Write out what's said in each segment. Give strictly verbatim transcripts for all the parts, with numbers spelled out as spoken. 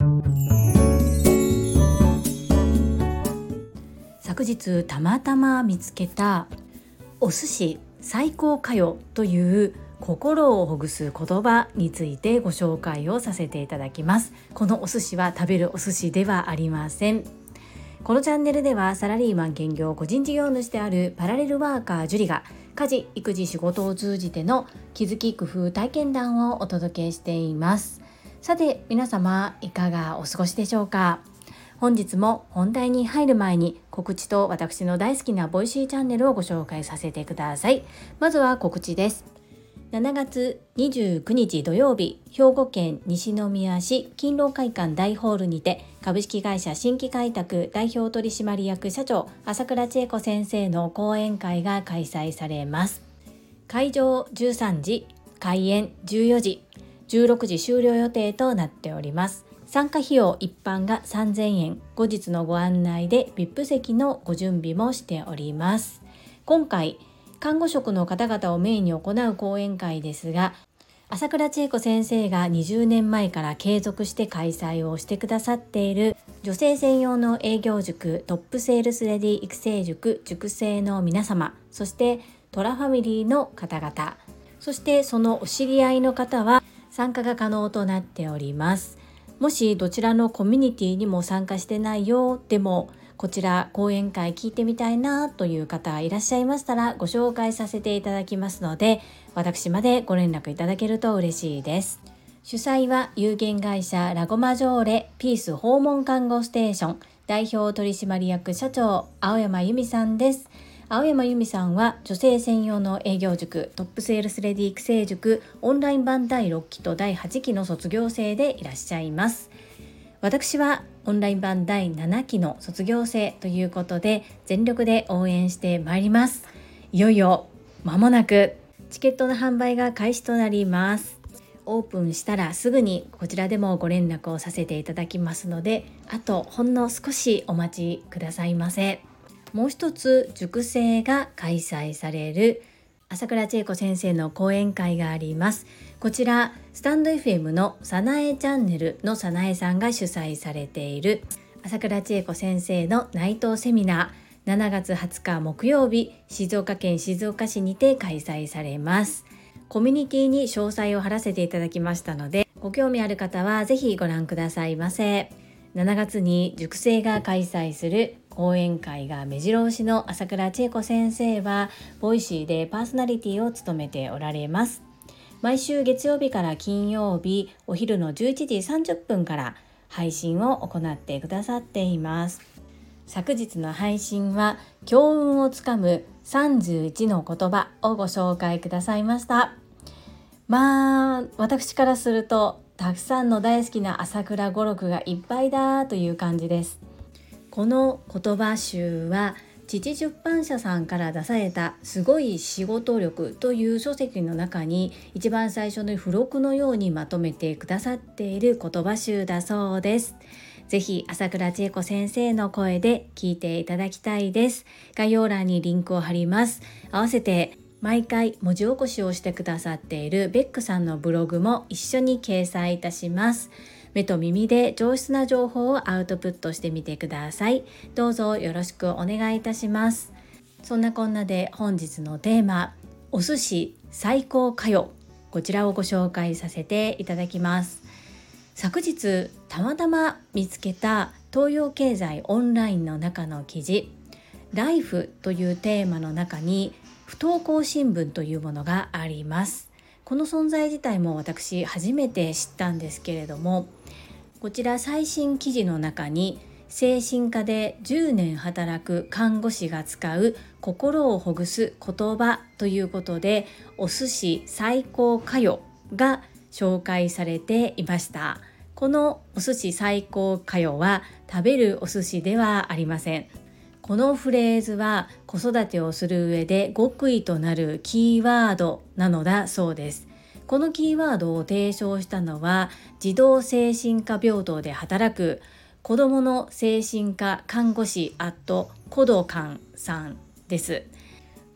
昨日たまたま見つけたお寿司最高かよという心をほぐす言葉についてご紹介をさせていただきます。このお寿司は食べるお寿司ではありません。このチャンネルではサラリーマン兼業個人事業主であるパラレルワーカージュリが家事育児仕事を通じての気づき工夫体験談をお届けしています。さて皆様いかがお過ごしでしょうか。本日も本題に入る前に告知と私の大好きなボイシーチャンネルをご紹介させてください。まずは告知です。しちがつにじゅうくにち土曜日、兵庫県西宮市勤労会館大ホールにて株式会社新規開拓代表取締役社長朝倉千恵子先生の講演会が開催されます。会場じゅうさんじ、開演じゅうよじ、じゅうろくじ終了予定となっております。参加費用一般がさんぜんえん、後日のご案内で ブイアイピー 席のご準備もしております。今回看護職の方々をメインに行う講演会ですが、朝倉千恵子先生がにじゅうねんまえから継続して開催をしてくださっている女性専用の営業塾トップセールスレディ育成塾塾生の皆様、そしてトラファミリーの方々、そしてそのお知り合いの方は参加が可能となっております。もしどちらのコミュニティにも参加してないよ、でもこちら講演会聞いてみたいなという方いらっしゃいましたらご紹介させていただきますので、私までご連絡いただけると嬉しいです。主催は有限会社ラゴマジョーレピース訪問看護ステーション代表取締役社長青山由美さんです。青山由美さんは女性専用の営業塾トップセールスレディ育成塾オンライン版だいろっきとだいはちきの卒業生でいらっしゃいます。私はオンライン版だいななきの卒業生ということで全力で応援してまいります。いよいよ間もなくチケットの販売が開始となります。オープンしたらすぐにこちらでもご連絡をさせていただきますので、あとほんの少しお待ちくださいませ。もう一つ塾生が開催される朝倉千恵子先生の講演会があります。こちらスタンド エフエム のさなえチャンネルのさなえさんが主催されている朝倉千恵子先生の内藤セミナー、しちがつはつか木曜日、静岡県静岡市にて開催されます。コミュニティに詳細を貼らせていただきましたので、ご興味ある方はぜひご覧くださいませ。しちがつに塾生が開催する講演会が目白押しの朝倉千恵子先生はボイシーでパーソナリティを務めておられます。毎週月曜日から金曜日お昼のじゅういちじさんじゅっぷんから配信を行ってくださっています。昨日の配信は強運をつかむさんじゅういちの言葉をご紹介くださいました。まあ私からするとたくさんの大好きな朝倉語録がいっぱいだという感じです。この言葉集は父出版社さんから出されたすごい仕事力という書籍の中に一番最初の付録のようにまとめてくださっている言葉集だそうです。ぜひ朝倉千恵子先生の声で聞いていただきたいです。概要欄にリンクを貼ります。合わせて毎回文字起こしをしてくださっているベックさんのブログも一緒に掲載いたします。目と耳で上質な情報をアウトプットしてみてください。どうぞよろしくお願いいたします。そんなこんなで本日のテーマ、お寿司最高かよ、こちらをご紹介させていただきます。昨日たまたま見つけた東洋経済オンラインの中の記事、ライフというテーマの中に不登校新聞というものがあります。この存在自体も私初めて知ったんですけれども、こちら最新記事の中に精神科でじゅうねん働く看護師が使う心をほぐす言葉ということで、お寿司最高かよが紹介されていました。このお寿司最高かよは食べるお寿司ではありません。このフレーズは子育てをする上で極意となるキーワードなのだそうです。このキーワードを提唱したのは児童精神科病棟で働く子どもの精神科看護師アットコドカンさんです。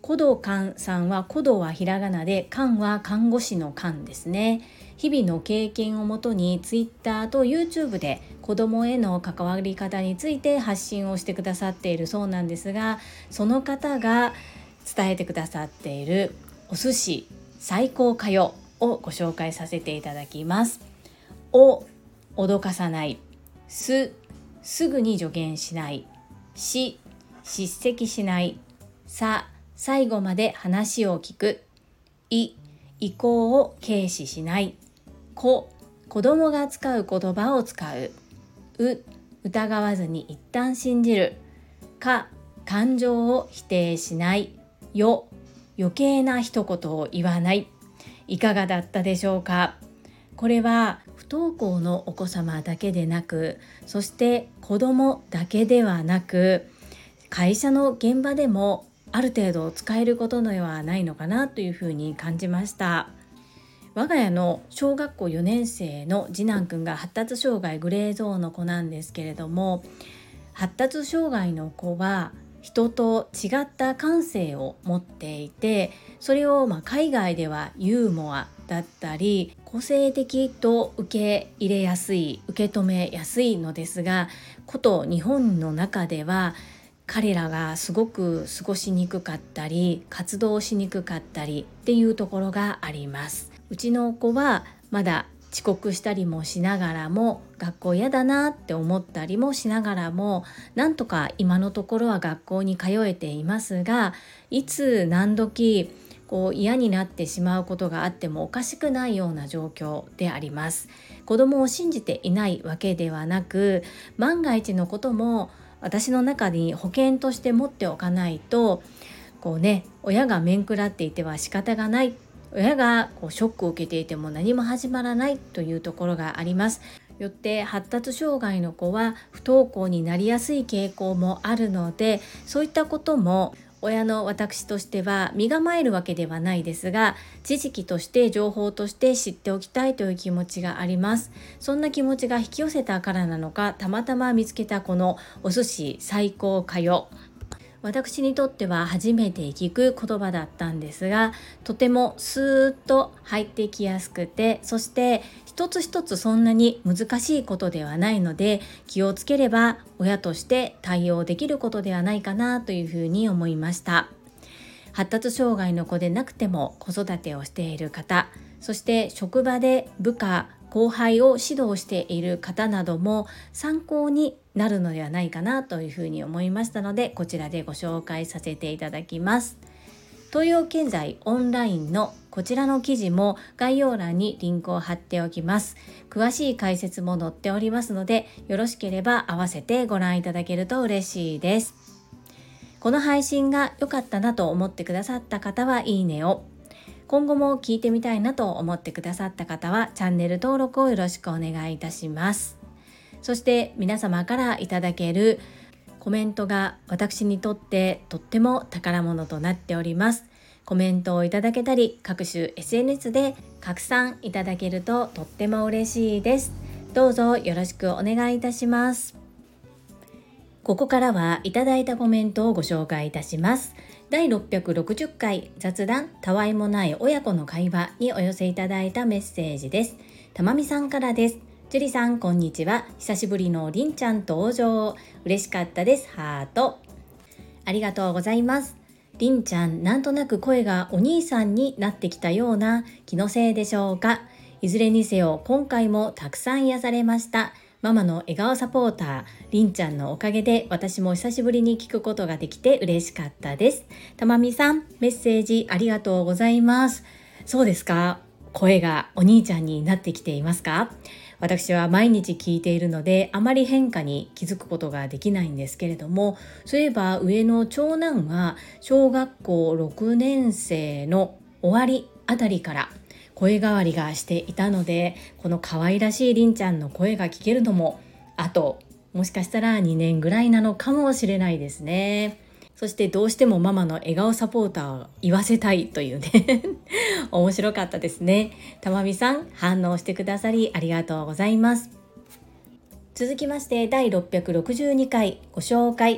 古道寛さんは、古道はひらがなで、寛は看護師の寛ですね。日々の経験をもとに Twitter と YouTube で子どもへの関わり方について発信をしてくださっているそうなんですが、その方が伝えてくださっているお寿司最高かよをご紹介させていただきます。お、脅かさない。す、すぐに助言しない。し、叱責しない。さ、最後まで話を聞く。い、意向を軽視しない。こ、子供が使う言葉を使う。う、疑わずに一旦信じる。か、感情を否定しない。よ、余計な一言を言わない。いかがだったでしょうか。これは不登校のお子様だけでなく、そして子供だけではなく、会社の現場でもある程度使えることではないのかなというふうに感じました。我が家の小学校よねん生の次男くんが発達障害グレーゾーンの子なんですけれども、発達障害の子は人と違った感性を持っていて、それをまあ海外ではユーモアだったり個性的と受け入れやすい、受け止めやすいのですが、こと日本の中では彼らがすごく過ごしにくかったり活動しにくかったりっていうところがあります。うちの子はまだ遅刻したりもしながらも、学校嫌だなって思ったりもしながらも、なんとか今のところは学校に通えていますが、いつ何時こう嫌になってしまうことがあってもおかしくないような状況であります。子供を信じていないわけではなく、万が一のことも私の中に保険として持っておかないと、こうね、親が面食らっていては仕方がない、親がこうショックを受けていても何も始まらないというところがあります。よって発達障害の子は不登校になりやすい傾向もあるので、そういったことも親の私としては身構えるわけではないですが、知識として情報として知っておきたいという気持ちがあります。そんな気持ちが引き寄せたからなのか、たまたま見つけたこのお寿司最高かよ、私にとっては初めて聞く言葉だったんですが、とてもスーッと入ってきやすくて、そして一つ一つそんなに難しいことではないので、気をつければ親として対応できることではないかなというふうに思いました。発達障害の子でなくても子育てをしている方、そして職場で部下後輩を指導している方なども参考になるのではないかなというふうに思いましたので、こちらでご紹介させていただきます。東洋経済オンラインのこちらの記事も概要欄にリンクを貼っておきます。詳しい解説も載っておりますので、よろしければ合わせてご覧いただけると嬉しいです。この配信が良かったなと思ってくださった方はいいねを、今後も聞いてみたいなと思ってくださった方はチャンネル登録をよろしくお願いいたします。そして皆様からいただけるコメントが私にとってとっても宝物となっております。コメントをいただけたり、各種 エスエヌエス で拡散いただけるととっても嬉しいです。どうぞよろしくお願いいたします。ここからはいただいたコメントをご紹介いたします。だいろっぴゃくろくじゅっかい雑談たわいもない親子の会話にお寄せいただいたメッセージです。たまみさんからです。ジュリさんこんにちは。久しぶりのりんちゃん登場。嬉しかったです。ハート。ありがとうございます。りんちゃん、なんとなく声がお兄さんになってきたような気のせいでしょうか。いずれにせよ今回もたくさん癒されました。ママの笑顔サポーター、りんちゃんのおかげで私も久しぶりに聞くことができて嬉しかったです。たまみさん、メッセージありがとうございます。そうですか？声がお兄ちゃんになってきていますか？私は毎日聞いているのであまり変化に気づくことができないんですけれども、そういえば上の長男は小学校ろくねん生の終わりあたりから声変わりがしていたので、この可愛らしいりんちゃんの声が聞けるのもあともしかしたらにねんぐらいなのかもしれないですね。そしてどうしてもママの笑顔サポーターを言わせたいというね面白かったですね。たまみさん、反応してくださりありがとうございます。続きましてだいろっぴゃくろくじゅうにかいご紹介、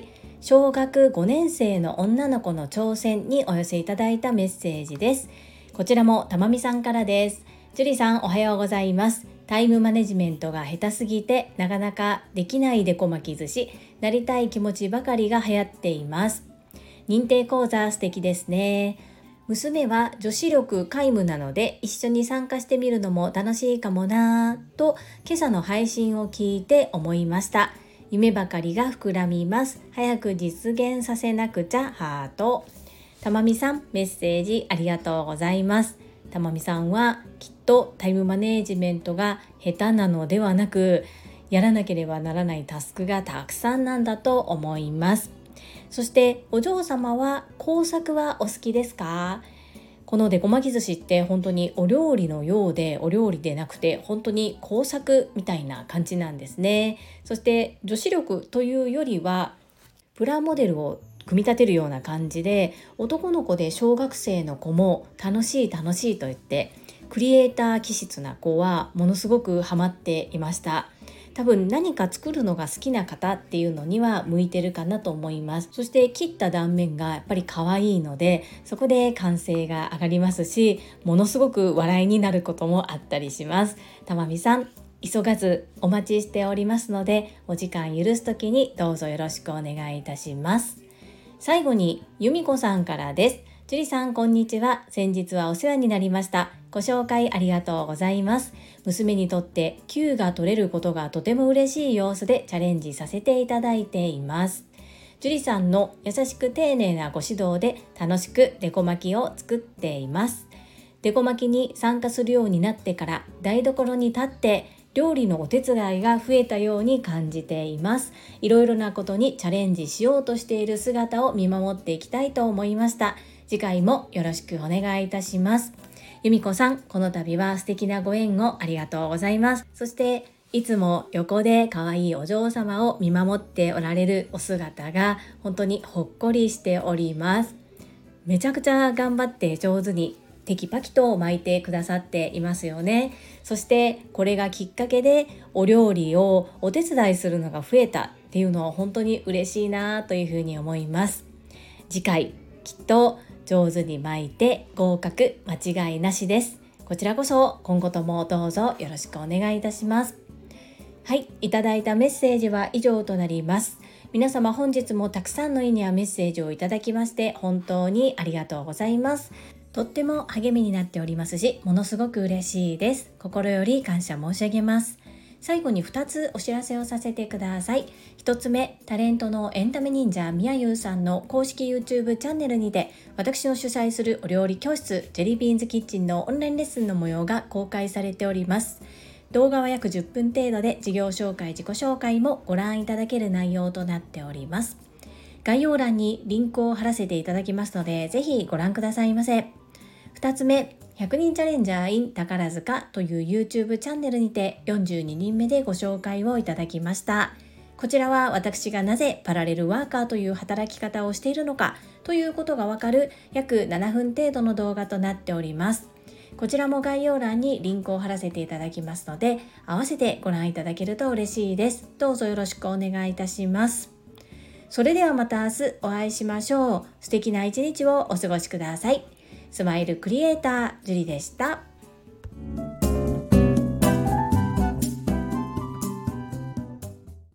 小学ごねん生の女の子の挑戦にお寄せいただいたメッセージです。こちらもたまみさんからです。ジュリさん、おはようございます。タイムマネジメントが下手すぎてなかなかできないデコ巻き寿司、なりたい気持ちばかりが流行っています。認定講座素敵ですね。娘は女子力皆無なので一緒に参加してみるのも楽しいかもなぁと今朝の配信を聞いて思いました。夢ばかりが膨らみます。早く実現させなくちゃハート。たまみさん、メッセージありがとうございます。たまみさんはきっとタイムマネージメントが下手なのではなく、やらなければならないタスクがたくさんなんだと思います。そしてお嬢様は工作はお好きですか？このデコ巻き寿司って本当にお料理のようでお料理でなくて本当に工作みたいな感じなんですね。そして女子力というよりはプラモデルを組み立てるような感じで、男の子で小学生の子も楽しい楽しいと言ってクリエイター気質な子はものすごくハマっていました。多分何か作るのが好きな方っていうのには向いてるかなと思います。そして切った断面がやっぱり可愛いので、そこで歓声が上がりますし、ものすごく笑いになることもあったりします。たまみさん、急がずお待ちしておりますので、お時間許すときにどうぞよろしくお願いいたします。最後に由美子さんからです。ジュリさん、こんにちは。先日はお世話になりました。ご紹介ありがとうございます。娘にとってきゅうが取れることがとても嬉しい様子でチャレンジさせていただいています。ジュリさんの優しく丁寧なご指導で楽しくデコ巻きを作っています。デコ巻きに参加するようになってから台所に立って料理のお手伝いが増えたように感じています。いろいろなことにチャレンジしようとしている姿を見守っていきたいと思いました。次回もよろしくお願いいたします。由美子さん、この度は素敵なご縁をありがとうございます。そしていつも横で可愛いお嬢様を見守っておられるお姿が本当にほっこりしております。めちゃくちゃ頑張って上手にテキパキと巻いてくださっていますよね。そしてこれがきっかけでお料理をお手伝いするのが増えたっていうのは本当に嬉しいなというふうに思います。次回きっと上手に巻いて合格間違いなしです。こちらこそ今後ともどうぞよろしくお願いいたします。はい、いただいたメッセージは以上となります。皆様本日もたくさんのいいねやメッセージをいただきまして本当にありがとうございます。とっても励みになっておりますし、ものすごく嬉しいです。心より感謝申し上げます。最後にふたつお知らせをさせてください。ひとつめ、タレントのエンタメ忍者みやゆうさんの公式 YouTube チャンネルにて、私の主催するお料理教室ジェリービーンズキッチンのオンラインレッスンの模様が公開されております。動画は約じゅっぷん程度で、事業紹介自己紹介もご覧いただける内容となっております。概要欄にリンクを貼らせていただきますので、ぜひご覧くださいませ。ふたつめ、ひゃくにんチャレンジャー in 宝塚という YouTube チャンネルにてよんじゅうににんめでご紹介をいただきました。こちらは私がなぜパラレルワーカーという働き方をしているのかということがわかる約ななふん程度の動画となっております。こちらも概要欄にリンクを貼らせていただきますので、合わせてご覧いただけると嬉しいです。どうぞよろしくお願いいたします。それではまた明日お会いしましょう。素敵な一日をお過ごしください。スマイルクリエイタージュリでした。